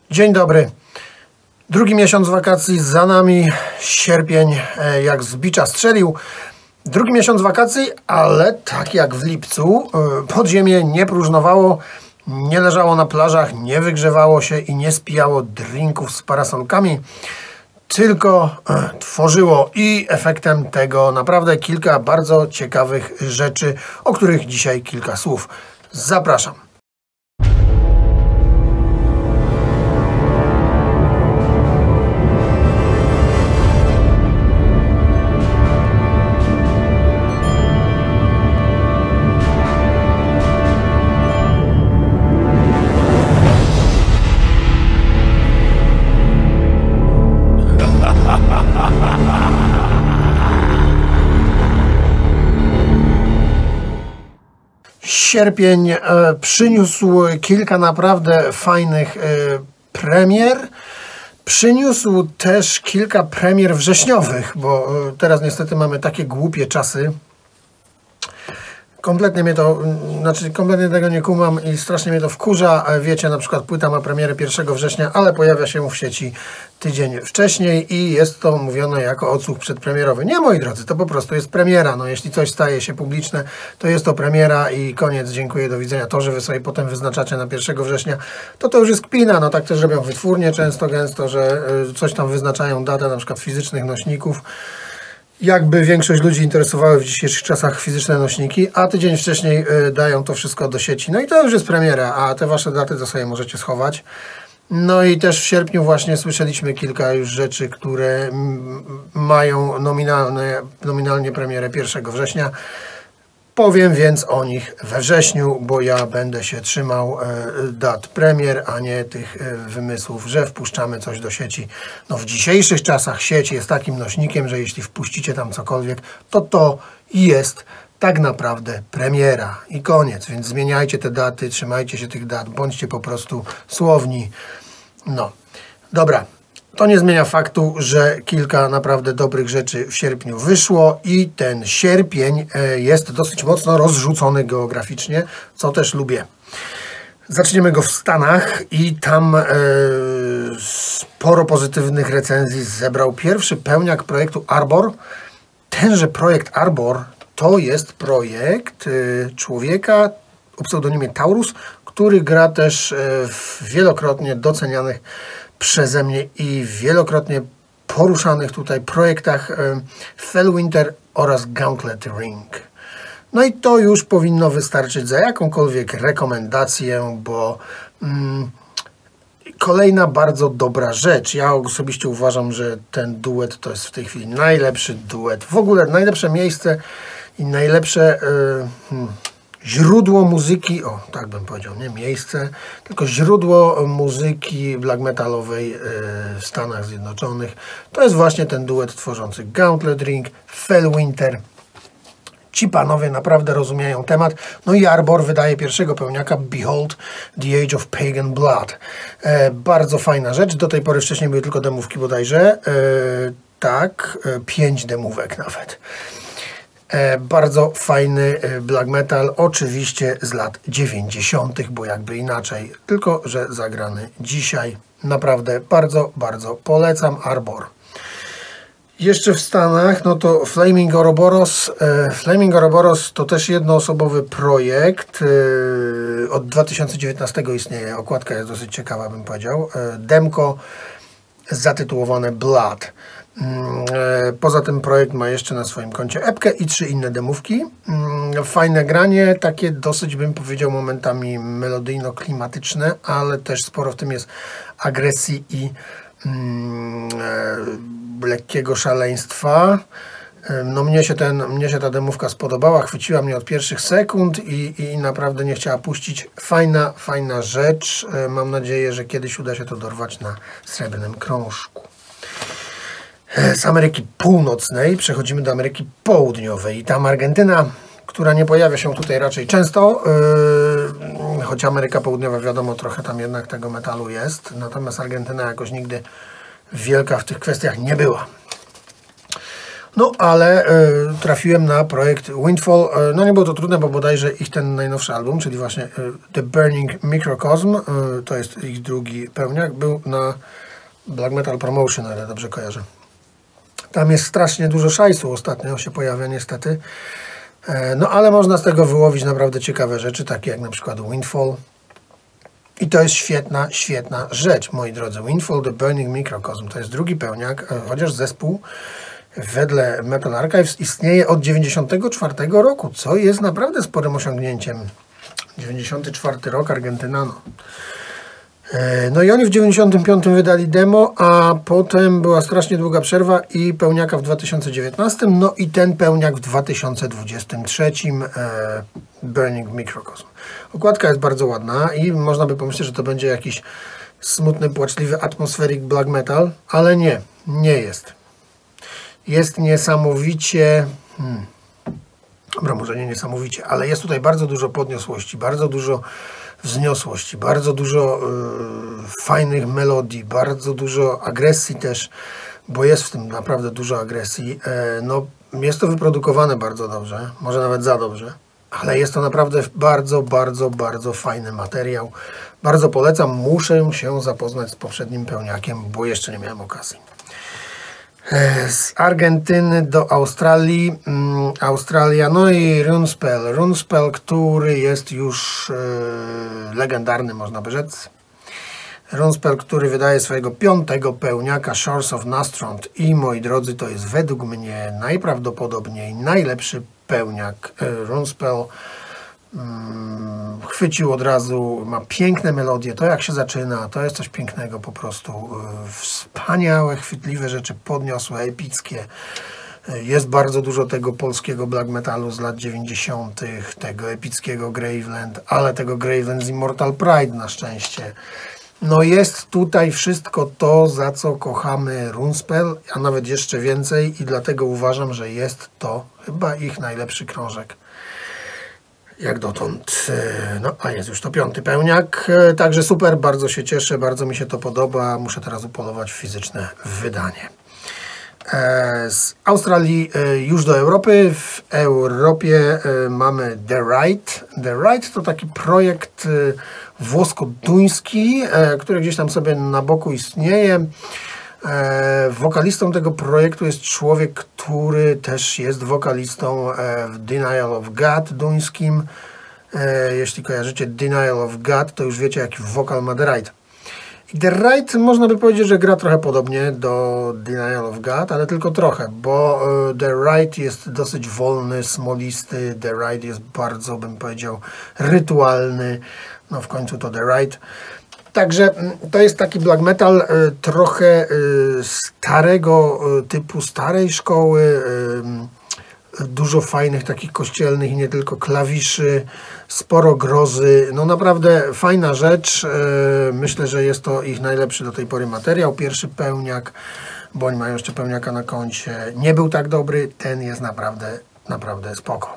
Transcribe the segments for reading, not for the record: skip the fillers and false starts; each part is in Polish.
Dzień dobry. Drugi miesiąc wakacji za nami. Sierpień jak z bicza strzelił. Drugi miesiąc wakacji, ale tak jak w lipcu, podziemie nie próżnowało, nie leżało na plażach, nie wygrzewało się i nie spijało drinków z parasolkami, tylko tworzyło i efektem tego naprawdę kilka bardzo ciekawych rzeczy, o których dzisiaj kilka słów. Zapraszam. Sierpień przyniósł kilka naprawdę fajnych premier. Przyniósł też kilka premier wrześniowych, bo teraz niestety mamy takie głupie czasy. Kompletnie tego nie kumam i strasznie mnie to wkurza. Wiecie, na przykład płyta ma premierę 1 września, ale pojawia się w sieci tydzień wcześniej i jest to mówione jako odsłuch przedpremierowy. Nie, moi drodzy, to po prostu jest premiera. No, jeśli coś staje się publiczne, to jest to premiera i koniec, dziękuję, do widzenia. To, że wy sobie potem wyznaczacie na 1 września, to już jest kpina. No tak też robią wytwórnie często, gęsto, że coś tam wyznaczają datę, na przykład fizycznych nośników. Jakby większość ludzi interesowały w dzisiejszych czasach fizyczne nośniki, a tydzień wcześniej dają to wszystko do sieci. No i to już jest premiera, a te wasze daty to sobie możecie schować. No i też w sierpniu właśnie słyszeliśmy kilka już rzeczy, które mają nominalnie premierę 1 września. Powiem więc o nich we wrześniu, bo ja będę się trzymał dat premier, a nie tych wymysłów, że wpuszczamy coś do sieci. No w dzisiejszych czasach sieć jest takim nośnikiem, że jeśli wpuścicie tam cokolwiek, to jest tak naprawdę premiera i koniec. Więc zmieniajcie te daty, trzymajcie się tych dat, bądźcie po prostu słowni. No, dobra. To nie zmienia faktu, że kilka naprawdę dobrych rzeczy w sierpniu wyszło i ten sierpień jest dosyć mocno rozrzucony geograficznie, co też lubię. Zaczniemy go w Stanach i tam sporo pozytywnych recenzji zebrał pierwszy pełniak projektu Arbor. Tenże projekt Arbor to jest projekt człowieka o pseudonimie Taurus, który gra też w wielokrotnie docenianych przeze mnie i wielokrotnie poruszanych tutaj projektach Fellwinter oraz Gauntlet Ring. No i to już powinno wystarczyć za jakąkolwiek rekomendację, bo kolejna bardzo dobra rzecz. Ja osobiście uważam, że ten duet to jest w tej chwili najlepszy duet. W ogóle najlepsze miejsce i najlepsze źródło muzyki, o tak bym powiedział, nie miejsce, tylko źródło muzyki black metalowej w Stanach Zjednoczonych. To jest właśnie ten duet tworzący Gauntlet Ring, Fellwinter. Ci panowie naprawdę rozumieją temat. No i Arbor wydaje pierwszego pełniaka Behold the Age of Pagan Blood. Bardzo fajna rzecz. Do tej pory wcześniej były tylko demówki bodajże. 5 demówek nawet. Bardzo fajny black metal, oczywiście z lat 90., bo jakby inaczej, tylko że zagrany dzisiaj. Naprawdę bardzo, bardzo polecam Arbor. Jeszcze w Stanach, no to Flaming Ouroboros. Flaming Ouroboros to też jednoosobowy projekt. Od 2019 istnieje. Okładka jest dosyć ciekawa, bym powiedział. Demko zatytułowane Blood. Poza tym projekt ma jeszcze na swoim koncie epkę i 3 inne demówki. Fajne granie, takie dosyć, bym powiedział, momentami melodyjno-klimatyczne, ale też sporo w tym jest agresji i lekkiego szaleństwa. No mnie się ta demówka spodobała, chwyciła mnie od pierwszych sekund i naprawdę nie chciała puścić. Fajna rzecz. Mam nadzieję, że kiedyś uda się to dorwać na srebrnym krążku. Z Ameryki Północnej przechodzimy do Ameryki Południowej i tam Argentyna, która nie pojawia się tutaj raczej często, choć Ameryka Południowa, wiadomo, trochę tam jednak tego metalu jest, natomiast Argentyna jakoś nigdy wielka w tych kwestiach nie była. No, ale trafiłem na projekt Windfall. No nie było to trudne, bo bodajże ich ten najnowszy album, czyli właśnie The Burning Microcosm, to jest ich drugi pełniak, był na Black Metal Promotion, ale dobrze kojarzę. Tam jest strasznie dużo szajsu ostatnio się pojawia niestety. No ale można z tego wyłowić naprawdę ciekawe rzeczy, takie jak na przykład Windfall. I to jest świetna, świetna rzecz, moi drodzy. Windfall The Burning Microcosm to jest drugi pełniak, chociaż zespół wedle Metal Archives istnieje od 1994 roku, co jest naprawdę sporym osiągnięciem. 94 rok, Argentyna. No i oni w 95 wydali demo, a potem była strasznie długa przerwa i pełniaka w 2019, no i ten pełniak w 2023, Burning Microcosm. Okładka jest bardzo ładna i można by pomyśleć, że to będzie jakiś smutny, płaczliwy atmospheric black metal, ale nie, nie jest. Jest niesamowicie... Dobra, może nie niesamowicie, ale jest tutaj bardzo dużo podniosłości, bardzo dużo wzniosłości, bardzo dużo fajnych melodii, bardzo dużo agresji też, bo jest w tym naprawdę dużo agresji. No, jest to wyprodukowane bardzo dobrze, może nawet za dobrze, ale jest to naprawdę bardzo, bardzo, bardzo fajny materiał. Bardzo polecam, muszę się zapoznać z poprzednim pełniakiem, bo jeszcze nie miałem okazji. Z Argentyny do Australii, Australia, no i Runespell. Runespell, który jest już legendarny, można by rzec. Runespell, który wydaje swojego 5. pełniaka Shores of Nastrond i moi drodzy, to jest według mnie najprawdopodobniej najlepszy pełniak. Runespell chwycił od razu, ma piękne melodie, to jak się zaczyna, to jest coś pięknego po prostu. Wspaniałe, chwytliwe rzeczy, podniosłe, epickie. Jest bardzo dużo tego polskiego black metalu z lat 90., tego epickiego Graveland, ale tego Graveland z Immortal Pride na szczęście. No jest tutaj wszystko to, za co kochamy Runespell, a nawet jeszcze więcej i dlatego uważam, że jest to chyba ich najlepszy krążek. Jak dotąd. No, a jest już to 5. pełniak. Także super, bardzo się cieszę, bardzo mi się to podoba. Muszę teraz upolować fizyczne wydanie. Z Australii już do Europy. W Europie mamy The Right. The Right to taki projekt włosko-duński, który gdzieś tam sobie na boku istnieje. Wokalistą tego projektu jest człowiek, który też jest wokalistą w Denial of God duńskim. Jeśli kojarzycie Denial of God, to już wiecie, jaki wokal ma The Right. I The Right można by powiedzieć, że gra trochę podobnie do Denial of God, ale tylko trochę, bo The Right jest dosyć wolny, smolisty. The Right jest bardzo, bym powiedział, rytualny. No w końcu to The Right. Także to jest taki black metal trochę starego typu, starej szkoły, dużo fajnych takich kościelnych i nie tylko klawiszy, sporo grozy, no naprawdę fajna rzecz. Myślę, że jest to ich najlepszy do tej pory materiał. Pierwszy pełniak, bo oni mają jeszcze pełniaka na koncie, nie był tak dobry, ten jest naprawdę, naprawdę spoko.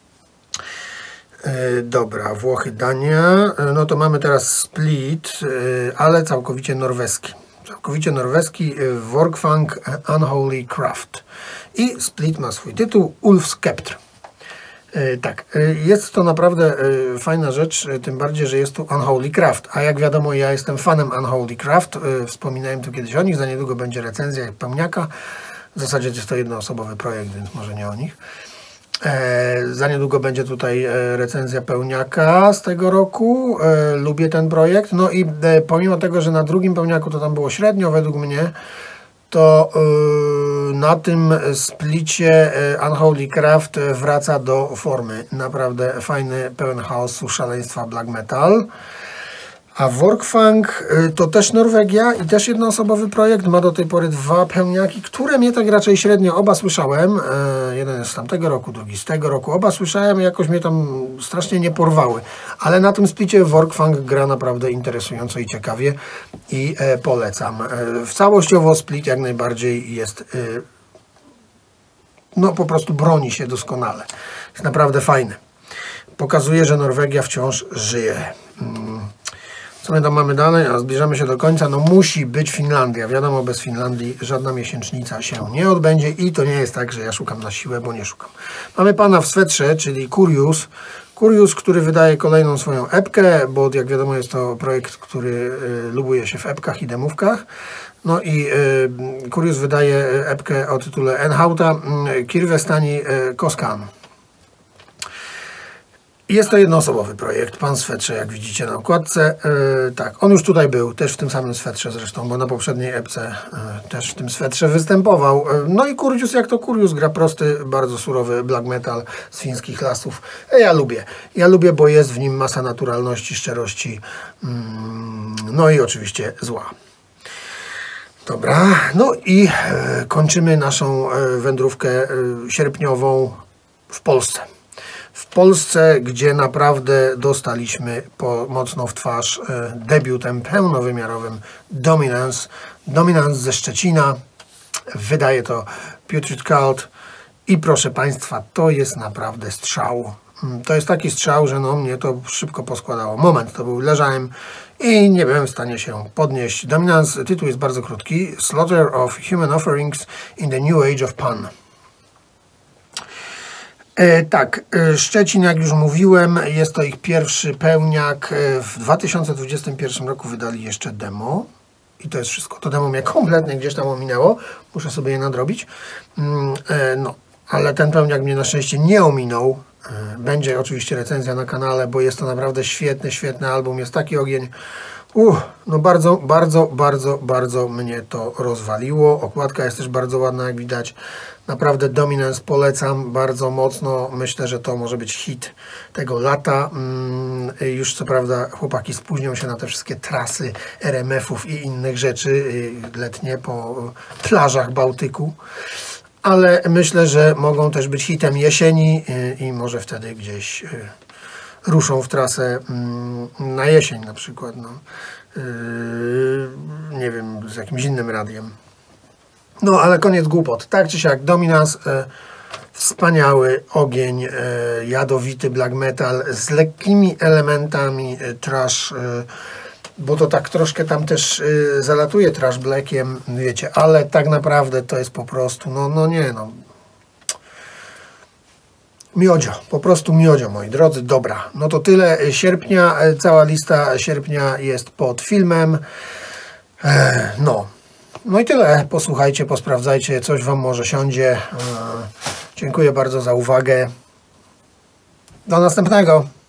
Dobra, Włochy, Dania, no to mamy teraz Split, ale całkowicie norweski. Całkowicie norweski, Vorkfang Unholy Craft. I Split ma swój tytuł Ulf Sceptre. Tak, jest to naprawdę fajna rzecz, tym bardziej, że jest tu Unholy Craft. A jak wiadomo, ja jestem fanem Unholy Craft. Wspominałem tu kiedyś o nich, za niedługo będzie recenzja pełniaka. W zasadzie jest to jednoosobowy projekt, więc może nie o nich. Za niedługo będzie tutaj recenzja pełniaka z tego roku. Lubię ten projekt. No i pomimo tego, że na drugim pełniaku to tam było średnio według mnie, to na tym splicie Unholy Craft wraca do formy. Naprawdę fajny, pełen chaosu, szaleństwa black metal. A Vorkfang to też Norwegia i też jednoosobowy projekt. Ma do tej pory 2 pełniaki, które mnie tak raczej średnio oba słyszałem. Jeden jest z tamtego roku, drugi z tego roku. Oba słyszałem i jakoś mnie tam strasznie nie porwały. Ale na tym splicie Vorkfang gra naprawdę interesująco i ciekawie i polecam. W całościowo split jak najbardziej jest, no po prostu broni się doskonale. Jest naprawdę fajny. Pokazuje, że Norwegia wciąż żyje. Co my tam mamy dalej? A zbliżamy się do końca. No musi być Finlandia. Wiadomo, bez Finlandii żadna miesięcznica się nie odbędzie i to nie jest tak, że ja szukam na siłę, bo nie szukam. Mamy pana w swetrze, czyli Curious. Curious, który wydaje kolejną swoją epkę, bo jak wiadomo jest to projekt, który lubuje się w epkach i demówkach. No i Curious wydaje epkę o tytule Enhauta Kirvestani Koskan. Jest to jednoosobowy projekt, pan w swetrze, jak widzicie na okładce. Tak, on już tutaj był, też w tym samym swetrze zresztą, bo na poprzedniej epce też w tym swetrze występował. No i Curious, jak to Curious, gra prosty, bardzo surowy black metal z fińskich lasów. Ja lubię, bo jest w nim masa naturalności, szczerości, no i oczywiście zła. Dobra, no i kończymy naszą wędrówkę sierpniową w Polsce. W Polsce, gdzie naprawdę dostaliśmy mocno w twarz debiutem pełnowymiarowym Dominance. Dominance ze Szczecina. Wydaje to Putrid Cult. I proszę Państwa, to jest naprawdę strzał. To jest taki strzał, że no mnie to szybko poskładało. Moment, to był, leżałem i nie byłem w stanie się podnieść. Dominance, tytuł jest bardzo krótki. Slaughter of Human Offerings in the New Age of Pan. Tak, Szczecin, jak już mówiłem, jest to ich pierwszy pełniak. W 2021 roku wydali jeszcze demo i to jest wszystko. To demo mnie kompletnie gdzieś tam ominęło. Muszę sobie je nadrobić. No, ale ten pełniak mnie na szczęście nie ominął. Będzie oczywiście recenzja na kanale, bo jest to naprawdę świetny album. Jest taki ogień. No bardzo mnie to rozwaliło. Okładka jest też bardzo ładna, jak widać. Naprawdę Dominance polecam bardzo mocno. Myślę, że to może być hit tego lata. Już co prawda chłopaki spóźnią się na te wszystkie trasy RMF-ów i innych rzeczy letnie po plażach Bałtyku. Ale myślę, że mogą też być hitem jesieni i może wtedy gdzieś ruszą w trasę na jesień na przykład. No. Nie wiem, z jakimś innym radiem. No, ale koniec głupot. Tak czy siak, Dominance, wspaniały ogień, jadowity black metal z lekkimi elementami trash, bo to tak troszkę tam też zalatuje trash blackiem, wiecie, ale tak naprawdę to jest po prostu, no nie, no. Miodzio, po prostu miodzio, moi drodzy. Dobra, no to tyle sierpnia. Cała lista sierpnia jest pod filmem. No i tyle. Posłuchajcie, posprawdzajcie, coś Wam może siądzie. Dziękuję bardzo za uwagę. Do następnego.